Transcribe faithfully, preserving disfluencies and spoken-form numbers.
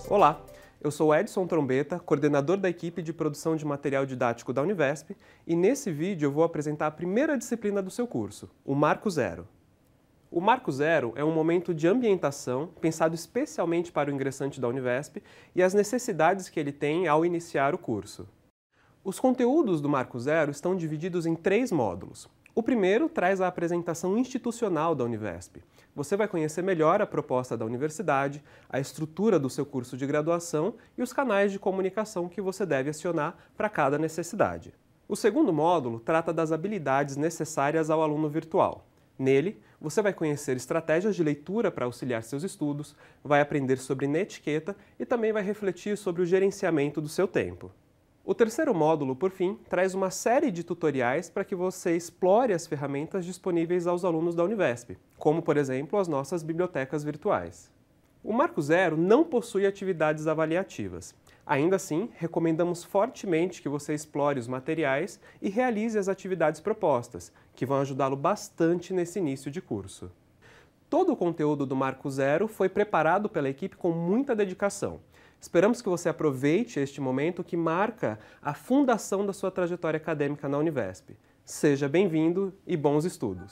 Olá, eu sou Edson Trombeta, coordenador da equipe de produção de material didático da Univesp, e nesse vídeo eu vou apresentar a primeira disciplina do seu curso, o Marco Zero. O Marco Zero é um momento de ambientação pensado especialmente para o ingressante da Univesp e as necessidades que ele tem ao iniciar o curso. Os conteúdos do Marco Zero estão divididos em três módulos. O primeiro traz a apresentação institucional da Univesp. Você vai conhecer melhor a proposta da universidade, a estrutura do seu curso de graduação e os canais de comunicação que você deve acionar para cada necessidade. O segundo módulo trata das habilidades necessárias ao aluno virtual. Nele, você vai conhecer estratégias de leitura para auxiliar seus estudos, vai aprender sobre netiqueta e também vai refletir sobre o gerenciamento do seu tempo. O terceiro módulo, por fim, traz uma série de tutoriais para que você explore as ferramentas disponíveis aos alunos da Univesp, como, por exemplo, as nossas bibliotecas virtuais. O Marco Zero não possui atividades avaliativas. Ainda assim, recomendamos fortemente que você explore os materiais e realize as atividades propostas, que vão ajudá-lo bastante nesse início de curso. Todo o conteúdo do Marco Zero foi preparado pela equipe com muita dedicação. Esperamos que você aproveite este momento que marca a fundação da sua trajetória acadêmica na Univesp. Seja bem-vindo e bons estudos!